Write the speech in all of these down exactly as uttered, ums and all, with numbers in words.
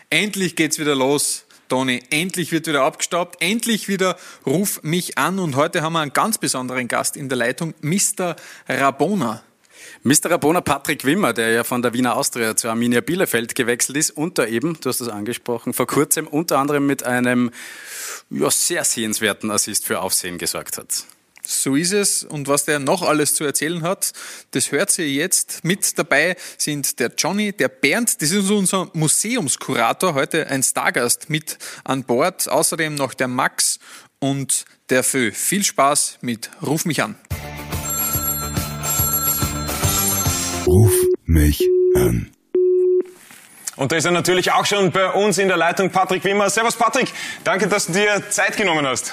Endlich geht's wieder los, Toni. Endlich wird wieder abgestaubt. Endlich wieder Ruf mich an. Und heute haben wir einen ganz besonderen Gast in der Leitung, Mister Rabona. Mister Rabona, Patrick Wimmer, der ja von der Wiener Austria zur Arminia Bielefeld gewechselt ist und da eben, du hast es angesprochen, vor kurzem unter anderem mit einem ja, sehr sehenswerten Assist für Aufsehen gesorgt hat. So ist es. Und was der noch alles zu erzählen hat, das hört ihr jetzt. Mit dabei sind der Johnny, der Bernd, das ist unser Museumskurator, heute ein Stargast mit an Bord. Außerdem noch der Max und der Fö. Viel Spaß mit Ruf mich an. Ruf mich an. Und da ist er natürlich auch schon bei uns in der Leitung, Patrick Wimmer. Servus Patrick, danke, dass du dir Zeit genommen hast.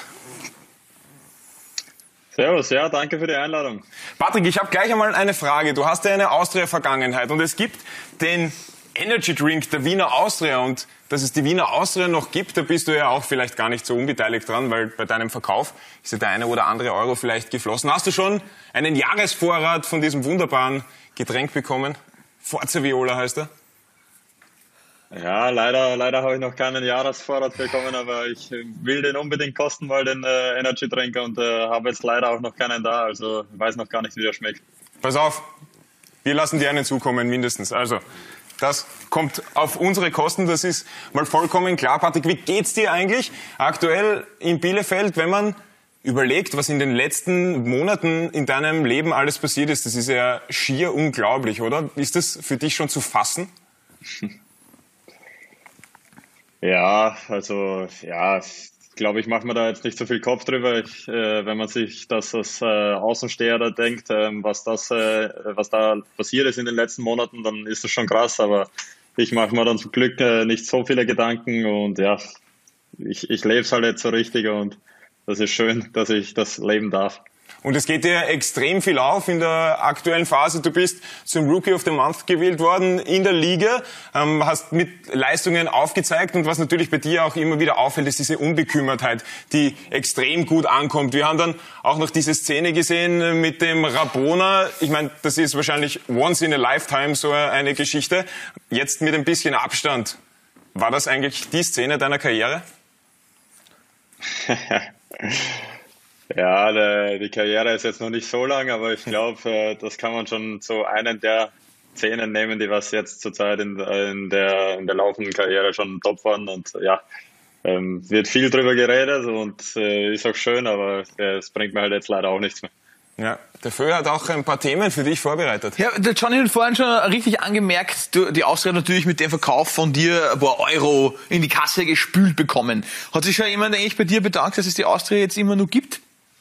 Servus, ja, danke für die Einladung. Patrick, ich habe gleich einmal eine Frage. Du hast ja eine Austria-Vergangenheit und es gibt den Energy Drink der Wiener Austria und dass es die Wiener Austria noch gibt, da bist du ja auch vielleicht gar nicht so unbeteiligt dran, weil bei deinem Verkauf ist ja der eine oder andere Euro vielleicht geflossen. Hast du schon einen Jahresvorrat von diesem wunderbaren Getränk bekommen? Forza Viola heißt er. Ja, leider, leider habe ich noch keinen Jahresvorrat bekommen, aber ich will den unbedingt kosten, weil den äh, Energy Drink und äh, habe jetzt leider auch noch keinen da, also weiß noch gar nicht, wie der schmeckt. Pass auf, wir lassen dir einen zukommen, mindestens. Also, das kommt auf unsere Kosten, das ist mal vollkommen klar. Patrick, wie geht's dir eigentlich aktuell in Bielefeld, wenn man überlegt, was in den letzten Monaten in deinem Leben alles passiert ist? Das ist ja schier unglaublich, oder? Ist das für dich schon zu fassen? Ja, also ja, ich glaube, ich mache mir da jetzt nicht so viel Kopf drüber. Ich, äh, wenn man sich das als äh, Außensteher da denkt, äh, was das, äh, was da passiert ist in den letzten Monaten, dann ist das schon krass. Aber ich mache mir dann zum Glück äh, nicht so viele Gedanken und ja, ich, ich lebe es halt jetzt so richtig und das ist schön, dass ich das leben darf. Und es geht dir extrem viel auf in der aktuellen Phase. Du bist zum Rookie of the Month gewählt worden in der Liga, ähm, hast mit Leistungen aufgezeigt und was natürlich bei dir auch immer wieder auffällt, ist diese Unbekümmertheit, die extrem gut ankommt. Wir haben dann auch noch diese Szene gesehen mit dem Rabona. Ich meine, das ist wahrscheinlich once in a lifetime so eine Geschichte. Jetzt mit ein bisschen Abstand. War das eigentlich die Szene deiner Karriere? Ja, der, die Karriere ist jetzt noch nicht so lang, aber ich glaube, das kann man schon so einen der Szenen nehmen, die was jetzt zurzeit in, in, der, in der laufenden Karriere schon top waren. Und ja, ähm, wird viel drüber geredet und äh, ist auch schön, aber es bringt mir halt jetzt leider auch nichts mehr. Ja, der Föhr hat auch ein paar Themen für dich vorbereitet. Ja, der Johnny hat vorhin schon richtig angemerkt, du, die Austria hat natürlich mit dem Verkauf von dir ein paar Euro in die Kasse gespült bekommen. Hat sich schon jemand eigentlich bei dir bedankt, dass es die Austria jetzt immer nur gibt?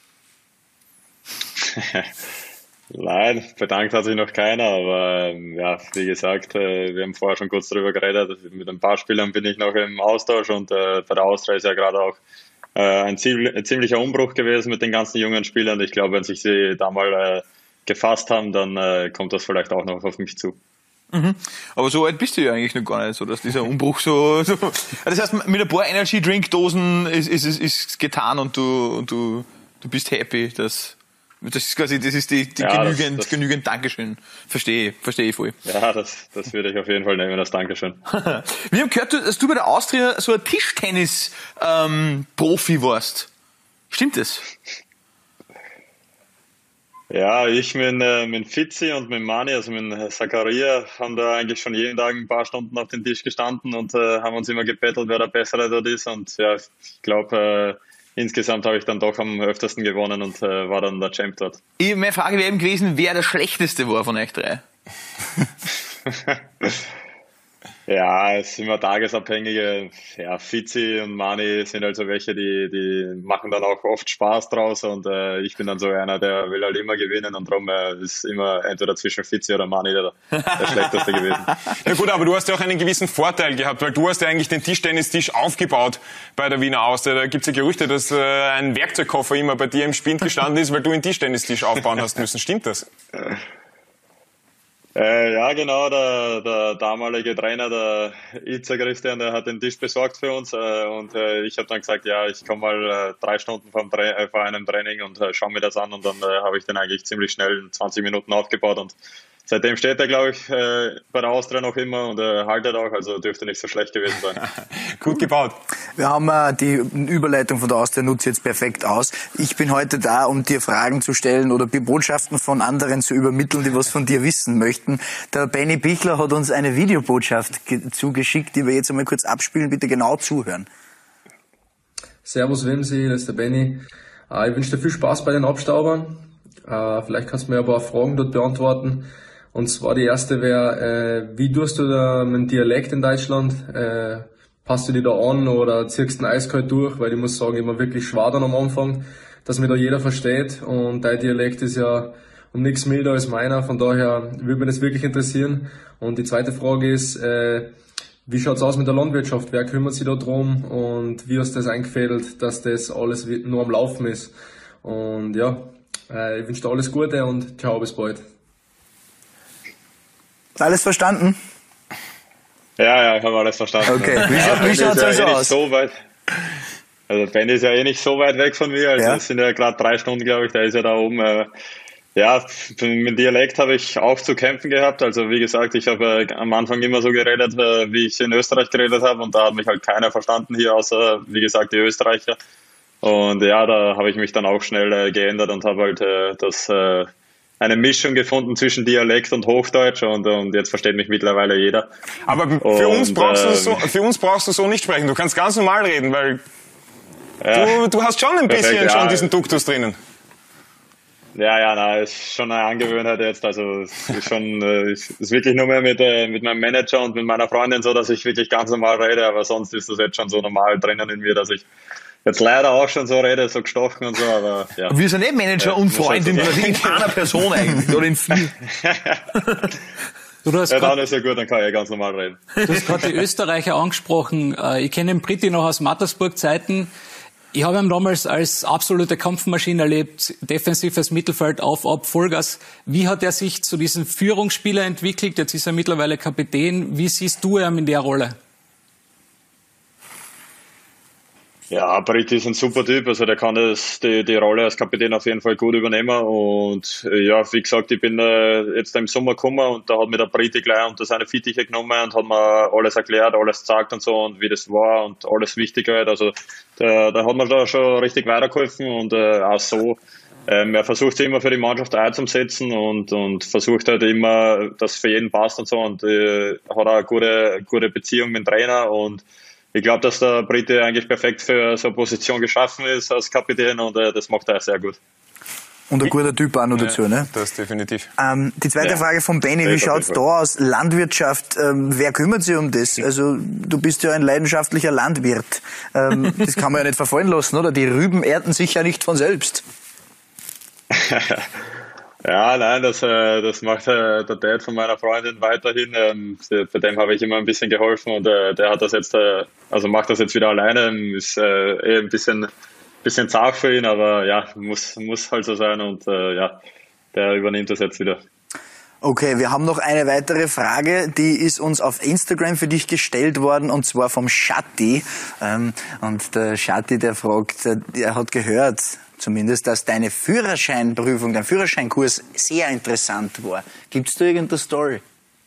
Nein, bedankt hat sich noch keiner, aber ja, wie gesagt, wir haben vorher schon kurz darüber geredet. Mit ein paar Spielern bin ich noch im Austausch und äh, bei der Austria ist ja gerade auch äh, ein, ziemlich, ein ziemlicher Umbruch gewesen mit den ganzen jungen Spielern. Ich glaube, wenn sich sie da mal äh, gefasst haben, dann äh, kommt das vielleicht auch noch auf mich zu. Mhm. Aber so alt bist du ja eigentlich noch gar nicht, so dass dieser Umbruch so, so das heißt, mit ein paar Energy Drink Dosen ist ist ist, ist getan und du und du du bist happy, dass das ist quasi, das ist die, die ja, genügend, das, das, genügend Dankeschön. Verstehe, verstehe ich voll. Ja, das, das würde ich auf jeden Fall nehmen, das Dankeschön. Wir haben gehört, dass du bei der Austria so ein Tischtennis-Profi ähm, warst. Stimmt das? Ja, ich mit, äh, mit Fitzi und mit Mani, also mit Zakaria, haben da eigentlich schon jeden Tag ein paar Stunden auf den Tisch gestanden und äh, haben uns immer gebettelt, wer der Bessere dort ist. Und ja, ich glaube, äh, insgesamt habe ich dann doch am öftesten gewonnen und äh, war dann der Champ dort. Ich, meine Frage wäre eben gewesen, wer der Schlechteste war von euch drei. Ja, es ist immer tagesabhängige. Ja, Fitzi und Mani sind also welche, die, die machen dann auch oft Spaß draus und äh, ich bin dann so einer, der will halt immer gewinnen und darum äh, ist immer entweder zwischen Fitzi oder Mani der, der Schlechteste gewesen. Ja gut, aber du hast ja auch einen gewissen Vorteil gehabt, weil du hast ja eigentlich den Tischtennistisch aufgebaut bei der Wiener Austria. Da gibt es ja Gerüchte, dass äh, ein Werkzeugkoffer immer bei dir im Spind gestanden ist, weil du einen Tischtennistisch aufbauen hast müssen. Stimmt das? Äh, ja, genau, der, der damalige Trainer, der Itzer Christian, der hat den Tisch besorgt für uns äh, und äh, ich habe dann gesagt, ja, ich komme mal äh, drei Stunden vom Tra- äh, vor einem Training und äh, schaue mir das an und dann äh, habe ich den eigentlich ziemlich schnell in zwanzig Minuten aufgebaut und seitdem steht er, glaube ich, äh, bei der Austria noch immer und er haltet auch, also dürfte nicht so schlecht gewesen sein. Gut gebaut. Wir haben äh, die Überleitung von der Austria nutzt jetzt perfekt aus. Ich bin heute da, um dir Fragen zu stellen oder Botschaften von anderen zu übermitteln, die was von dir wissen möchten. Der Benny Bichler hat uns eine Videobotschaft zugeschickt, die wir jetzt einmal kurz abspielen. Bitte genau zuhören. Servus Wimsi, das ist der Benny. Äh, ich wünsche dir viel Spaß bei den Abstaubern. Äh, vielleicht kannst du mir ein paar Fragen dort beantworten. Und zwar die erste wäre, äh, wie tust du da mit dem Dialekt in Deutschland? Äh, passt du dich da an oder ziehst du ihn eiskalt durch? Weil ich muss sagen, ich war wirklich schwer dann am Anfang, dass mir da jeder versteht. Und dein Dialekt ist ja um nichts milder als meiner. Von daher würde mich das wirklich interessieren. Und die zweite Frage ist, äh, wie schaut's aus mit der Landwirtschaft? Wer kümmert sich da drum? Und wie hast du das eingefädelt, dass das alles nur am Laufen ist? Und ja, äh, ich wünsche dir alles Gute und ciao, bis bald. Alles verstanden? Ja, ja, ich habe alles verstanden. Okay, wie, scha wie schaut es ja also eh aus? So weit, also Ben ist ja eh nicht so weit weg von mir, also Ja. es sind ja gerade drei Stunden, glaube ich, der ist ja da oben. Äh, ja, mit dem Dialekt habe ich auch zu kämpfen gehabt, also wie gesagt, ich habe äh, am Anfang immer so geredet, äh, wie ich in Österreich geredet habe und da hat mich halt keiner verstanden hier, außer, wie gesagt, die Österreicher. Und ja, da habe ich mich dann auch schnell äh, geändert und habe halt äh, das... Äh, eine Mischung gefunden zwischen Dialekt und Hochdeutsch und, und jetzt versteht mich mittlerweile jeder. Aber für und, uns brauchst du ähm, so, für uns brauchst du so nicht sprechen. Du kannst ganz normal reden, weil ja, du, du hast schon ein perfekt, bisschen ja. schon diesen Duktus drinnen. Ja, ja, na, ist schon eine Angewohnheit jetzt. Also es ist schon, äh, es ist wirklich nur mehr mit, äh, mit meinem Manager und mit meiner Freundin so, dass ich wirklich ganz normal rede, aber sonst ist das jetzt schon so normal drinnen in mir, dass ich jetzt leider auch schon so rede, so gestochen und so, aber ja. Wir sind eh Manager Ja, und muss Freund halt in, so sein. in einer Person eigentlich, oder in vier. Du hast Ja, grad- dann ist ja gut, dann kann ich ja ganz normal reden. Du hast gerade die Österreicher angesprochen. Äh, Ich kenne den Britti noch aus Mattersburg-Zeiten. Ich habe ihn damals als absolute Kampfmaschine erlebt, defensives Mittelfeld auf, ab, Vollgas. Wie hat er sich zu diesem Führungsspieler entwickelt? Jetzt ist er mittlerweile Kapitän. Wie siehst du ihn in der Rolle? Ja, Britti ist ein super Typ, also der kann das, die, die Rolle als Kapitän auf jeden Fall gut übernehmen und äh, ja, wie gesagt, ich bin äh, jetzt im Sommer gekommen und da hat mir der Britti gleich unter seine Fittiche genommen und hat mir alles erklärt, alles gezeigt und so und wie das war und alles Wichtige halt, also da, da hat mir da schon richtig weitergeholfen und äh, auch so, ähm, er versucht sich immer für die Mannschaft einzusetzen und, und versucht halt immer, dass es für jeden passt und so und äh, hat auch eine gute, gute Beziehung mit dem Trainer und ich glaube, dass der Britti eigentlich perfekt für so eine Position geschaffen ist als Kapitän und äh, das macht er sehr gut. Und ein guter Typ auch noch dazu, ne? Das definitiv. Ähm, die zweite Ja. Frage von Benny, wie Sehr schaut's gut. da aus? Landwirtschaft, ähm, wer kümmert sich um das? Also, du bist ja ein leidenschaftlicher Landwirt. Ähm, das kann man ja nicht verfallen lassen, oder? Die Rüben ernten sich ja nicht von selbst. Ja, nein, das, äh, das macht äh, der Dad von meiner Freundin weiterhin. Ähm, bei dem habe ich immer ein bisschen geholfen und äh, der hat das jetzt, äh, also macht das jetzt wieder alleine. Ist äh, eh ein bisschen, bisschen zart für ihn, aber ja, muss, muss halt so sein und äh, ja, der übernimmt das jetzt wieder. Okay, wir haben noch eine weitere Frage, die ist uns auf Instagram für dich gestellt worden, und zwar vom Schatti. Ähm, und der Schatti, der fragt, äh, er hat gehört, zumindest, dass deine Führerscheinprüfung, dein Führerscheinkurs sehr interessant war. Gibt's da irgendeine Story?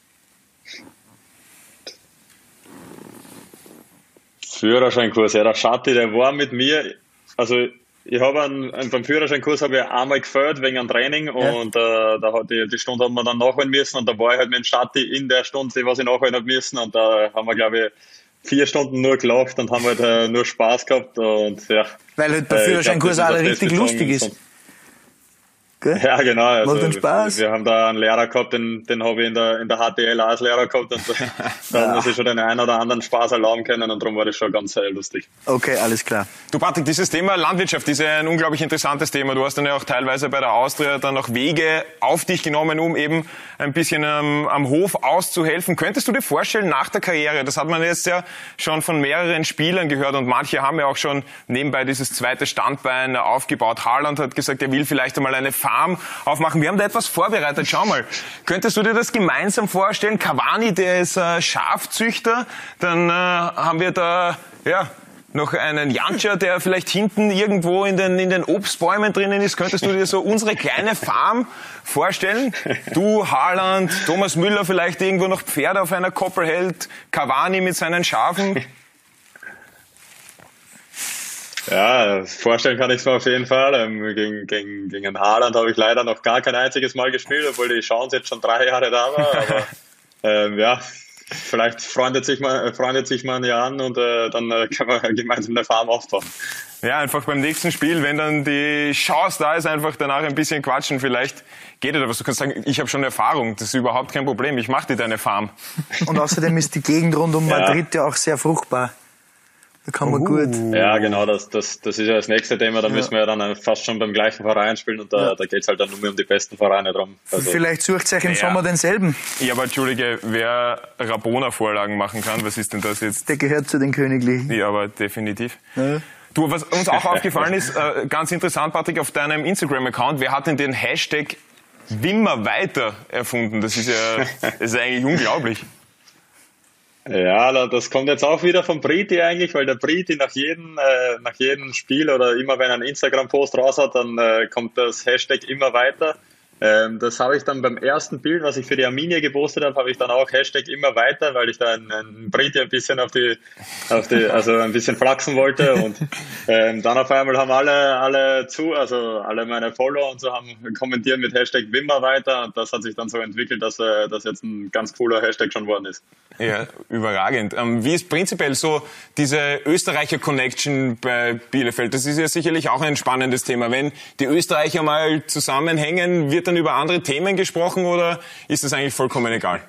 Führerscheinkurs, ja, der Schatti, der war mit mir, also ich habe einen, beim Führerscheinkurs habe ich einmal gefällt wegen einem Training Ja. und äh, da hat die, die Stunde hat man dann nachholen müssen und da war ich halt mit dem Schatti in der Stunde, was ich nachholen habe müssen und da haben wir, glaube ich, vier Stunden nur gelacht und haben halt äh, nur Spaß gehabt und ja. Weil halt der Äh, ich Führerscheinkurs glaub, auch das ist richtig das lustig bezogen, ist. sonst- Gell? Ja, genau. Also, Macht den Spaß. Wir, wir haben da einen Lehrer gehabt, den, den habe ich in der, in der H T L als Lehrer gehabt und da haben wir sich schon den einen oder anderen Spaß erlauben können und darum war das schon ganz äh, lustig. Okay, alles klar. Du Patrick, dieses Thema Landwirtschaft ist ja ein unglaublich interessantes Thema. Du hast dann ja auch teilweise bei der Austria dann auch Wege auf dich genommen, um eben ein bisschen ähm, am Hof auszuhelfen. Könntest du dir vorstellen, nach der Karriere, das hat man jetzt ja schon von mehreren Spielern gehört und manche haben ja auch schon nebenbei dieses zweite Standbein aufgebaut. Haaland hat gesagt, er will vielleicht einmal eine Farm aufmachen. Wir haben da etwas vorbereitet. Schau mal, könntest du dir das gemeinsam vorstellen? Cavani, der ist äh, Schafzüchter. Dann äh, haben wir da, ja, noch einen Janscher, der vielleicht hinten irgendwo in den, in den Obstbäumen drinnen ist? Könntest du dir so unsere kleine Farm vorstellen? Du, Haaland, Thomas Müller vielleicht irgendwo noch Pferde auf einer Koppel hält, Cavani mit seinen Schafen? Ja, vorstellen kann ich es mir auf jeden Fall. Ähm, gegen, gegen, gegen Haaland habe ich leider noch gar kein einziges Mal gespielt, obwohl die Chance jetzt schon drei Jahre da war. Aber ähm, ja, vielleicht freundet sich man, freundet sich man ja an und äh, dann äh, kann man gemeinsam eine Farm aufbauen. Ja, einfach beim nächsten Spiel, wenn dann die Chance da ist, einfach danach ein bisschen quatschen. Vielleicht geht dir da was. Du kannst sagen, ich habe schon Erfahrung, das ist überhaupt kein Problem, ich mache dir deine Farm. Und außerdem ist die Gegend rund um Madrid ja, ja auch sehr fruchtbar. Da kann man uh. gut. Ja, genau, das, das, das ist ja das nächste Thema. Da ja. müssen wir ja dann fast schon beim gleichen Verein spielen und da, ja. da geht es halt dann nur mehr um die besten Vereine drum. Also vielleicht sucht ihr euch im ja. Sommer denselben. Ja, aber entschuldige, wer Rabona-Vorlagen machen kann, was ist denn das jetzt? Der gehört zu den Königlichen. Ja, aber definitiv. Ja. Du, was uns auch aufgefallen ist, äh, ganz interessant, Patrick, auf deinem Instagram-Account, wer hat denn den Hashtag Wimmer weiter erfunden? Das ist ja, das ist eigentlich unglaublich. Ja, das kommt jetzt auch wieder vom Briti eigentlich, weil der Briti nach jedem, äh, nach jedem Spiel oder immer wenn er einen Instagram-Post raus hat, dann äh, kommt das Hashtag immer weiter. Ähm, das habe ich dann beim ersten Bild, was ich für die Arminia gepostet habe, habe ich dann auch Hashtag immer weiter, weil ich da einen, einen Briti ein bisschen auf die, auf die, also ein bisschen flachsen wollte und ähm, dann auf einmal haben alle, alle zu, also alle meine Follower und so haben kommentiert mit Hashtag Wimmer weiter und das hat sich dann so entwickelt, dass äh, das jetzt ein ganz cooler Hashtag schon worden ist. Ja, überragend. Ähm, wie ist prinzipiell so diese Österreicher-Connection bei Bielefeld? Das ist ja sicherlich auch ein spannendes Thema. Wenn die Österreicher mal zusammenhängen, wird dann über andere Themen gesprochen oder ist das eigentlich vollkommen egal?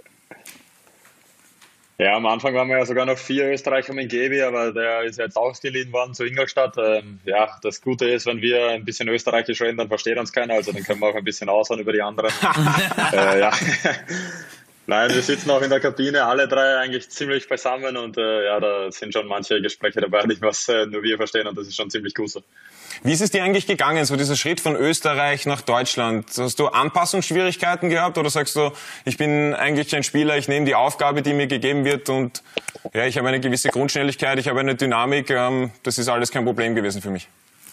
Ja, am Anfang waren wir ja sogar noch vier Österreicher mit Gebi, aber der ist jetzt ausgeliehen worden zu Ingolstadt. Ähm, ja, das Gute ist, wenn wir ein bisschen Österreichisch reden, dann versteht uns keiner, also dann können wir auch ein bisschen aushauen über die anderen. äh, ja. Nein, wir sitzen auch in der Kabine, alle drei eigentlich ziemlich beisammen und äh, ja, da sind schon manche Gespräche dabei, die was äh, nur wir verstehen und das ist schon ziemlich gut so. Wie ist es dir eigentlich gegangen, so dieser Schritt von Österreich nach Deutschland? Hast du Anpassungsschwierigkeiten gehabt oder sagst du, ich bin eigentlich ein Spieler, ich nehme die Aufgabe, die mir gegeben wird und ja, ich habe eine gewisse Grundschnelligkeit, ich habe eine Dynamik, ähm, das ist alles kein Problem gewesen für mich?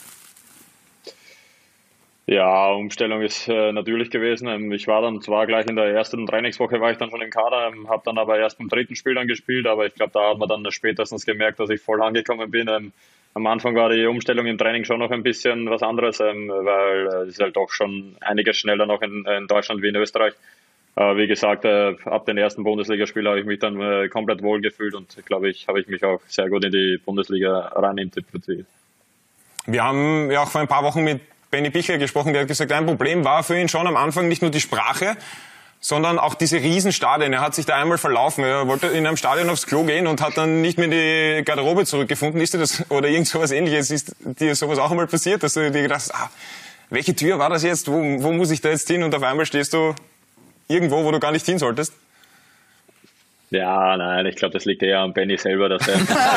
Ja, Umstellung ist äh, natürlich gewesen. Ich war dann zwar gleich in der ersten Trainingswoche war ich dann schon im Kader, ähm, habe dann aber erst beim dritten Spiel dann gespielt, aber ich glaube, da hat man dann spätestens gemerkt, dass ich voll angekommen bin. Ähm, am Anfang war die Umstellung im Training schon noch ein bisschen was anderes, ähm, weil äh, es ist halt doch schon einiges schneller noch in, in Deutschland wie in Österreich. Äh, wie gesagt, äh, ab den ersten Bundesligaspiel habe ich mich dann äh, komplett wohl gefühlt und glaube ich, habe ich mich auch sehr gut in die Bundesliga rein interpretiert. Wir haben ja auch vor ein paar Wochen mit Benny Bichler gesprochen, der hat gesagt, ein Problem war für ihn schon am Anfang nicht nur die Sprache, sondern auch diese Riesenstadien. Er hat sich da einmal verlaufen. Er wollte in einem Stadion aufs Klo gehen und hat dann nicht mehr in die Garderobe zurückgefunden. Ist dir das, oder irgend sowas Ähnliches, ist dir sowas auch einmal passiert, dass du dir gedacht hast, ah, welche Tür war das jetzt? Wo, wo muss ich da jetzt hin? Und auf einmal stehst du irgendwo, wo du gar nicht hin solltest? Ja, nein, ich glaube, das liegt eher an Benny selber, dass er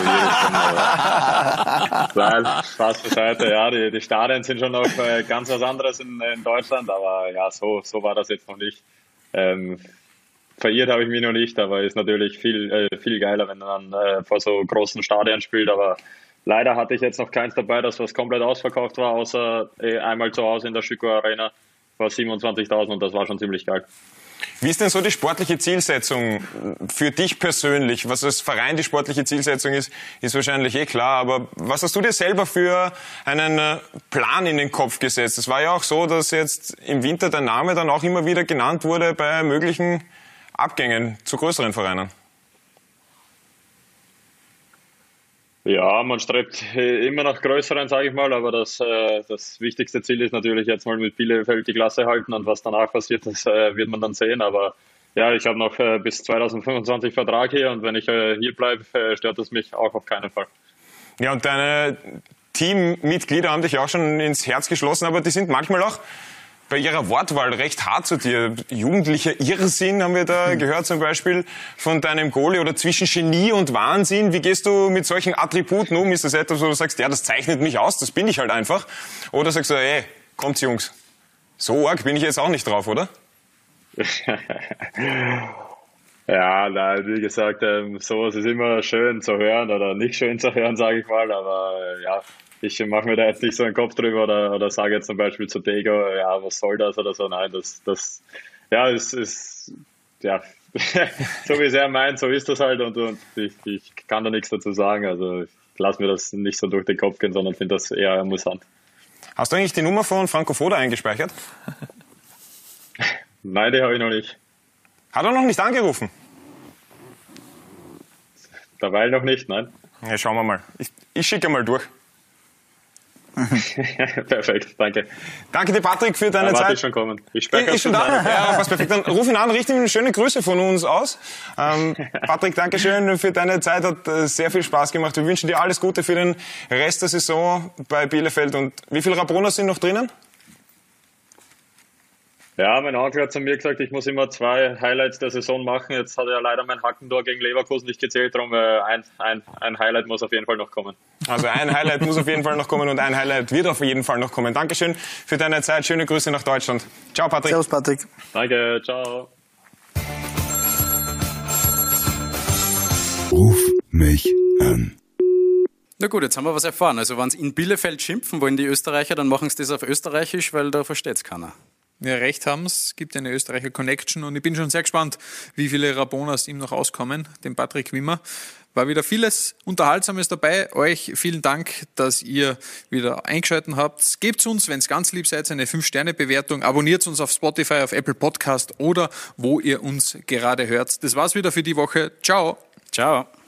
ist. Nein, Spaß beiseite. Ja, die, die Stadien sind schon noch äh, ganz was anderes in, in Deutschland, aber ja, so, so war das jetzt noch nicht. Ähm, verirrt habe ich mich noch nicht, aber ist natürlich viel, äh, viel geiler, wenn man äh, vor so großen Stadien spielt, aber leider hatte ich jetzt noch keins dabei, das was komplett ausverkauft war, außer äh, einmal zu Hause in der Schüko Arena vor siebenundzwanzigtausend und das war schon ziemlich geil. Wie ist denn so die sportliche Zielsetzung für dich persönlich? Was als Verein die sportliche Zielsetzung ist, ist wahrscheinlich eh klar. Aber was hast du dir selber für einen Plan in den Kopf gesetzt? Es war ja auch so, dass jetzt im Winter dein Name dann auch immer wieder genannt wurde bei möglichen Abgängen zu größeren Vereinen. Ja, man strebt immer nach größeren, sage ich mal, aber das, äh, das wichtigste Ziel ist natürlich jetzt mal mit Bielefeld die Klasse halten und was danach passiert, das äh, wird man dann sehen. Aber ja, ich habe noch äh, bis zweitausendfünfundzwanzig Vertrag hier und wenn ich äh, hier bleibe, äh, stört das mich auch auf keinen Fall. Ja, und deine Teammitglieder haben dich auch schon ins Herz geschlossen, aber die sind manchmal auch bei ihrer Wortwahl recht hart zu dir. Jugendlicher Irrsinn haben wir da gehört zum Beispiel von deinem Goalie oder zwischen Genie und Wahnsinn. Wie gehst du mit solchen Attributen um? Ist das etwas, wo du sagst, ja, das zeichnet mich aus, das bin ich halt einfach? Oder sagst du, ey, kommt's Jungs, so arg bin ich jetzt auch nicht drauf, oder? Ja, nein, wie gesagt, ähm, sowas ist immer schön zu hören oder nicht schön zu hören, sage ich mal, aber äh, ja, ich mache mir da jetzt nicht so einen Kopf drüber oder, oder sage jetzt zum Beispiel zu Dego, ja, was soll das oder so, nein, das, das, ja, es ist, ja, so wie es er meint, so ist das halt und, und ich, ich kann da nichts dazu sagen, also ich lasse mir das nicht so durch den Kopf gehen, sondern finde das eher amüsant. Hast du eigentlich die Nummer von Franco Foda eingespeichert? Nein, die habe ich noch nicht. Hat er noch nicht angerufen? Derweil noch nicht, nein. Ja, schauen wir mal. Ich, ich schicke mal durch. Perfekt, danke. Danke dir, Patrick, für deine ja, Zeit. Ich schon kommen. Ich spreche ist schon da? Ja, passt perfekt. Dann ruf ihn an, richte ihm schöne Grüße von uns aus. Ähm, Patrick, danke schön für deine Zeit, hat äh, sehr viel Spaß gemacht. Wir wünschen dir alles Gute für den Rest der Saison bei Bielefeld. Und wie viele Rabroner sind noch drinnen? Ja, mein Onkel hat zu mir gesagt, ich muss immer zwei Highlights der Saison machen. Jetzt hat er leider mein Hackentor gegen Leverkusen nicht gezählt, darum äh, ein, ein, ein Highlight muss auf jeden Fall noch kommen. Also ein Highlight muss auf jeden Fall noch kommen und ein Highlight wird auf jeden Fall noch kommen. Dankeschön für deine Zeit, schöne Grüße nach Deutschland. Ciao, Patrick. Servus, Patrick. Danke, ciao. Ruf mich an. Na gut, jetzt haben wir was erfahren. Also wenn sie in Bielefeld schimpfen wollen, die Österreicher, dann machen sie das auf Österreichisch, weil da versteht es keiner. Ja, recht haben es. Gibt eine Österreicher Connection und ich bin schon sehr gespannt, wie viele Raboners ihm noch auskommen, dem Patrick Wimmer. War wieder vieles Unterhaltsames dabei. Euch vielen Dank, dass ihr wieder eingeschaltet habt. Gebt uns, wenn es ganz lieb seid, eine fünf Sterne Bewertung. Abonniert uns auf Spotify, auf Apple Podcast oder wo ihr uns gerade hört. Das war's wieder für die Woche. Ciao. Ciao.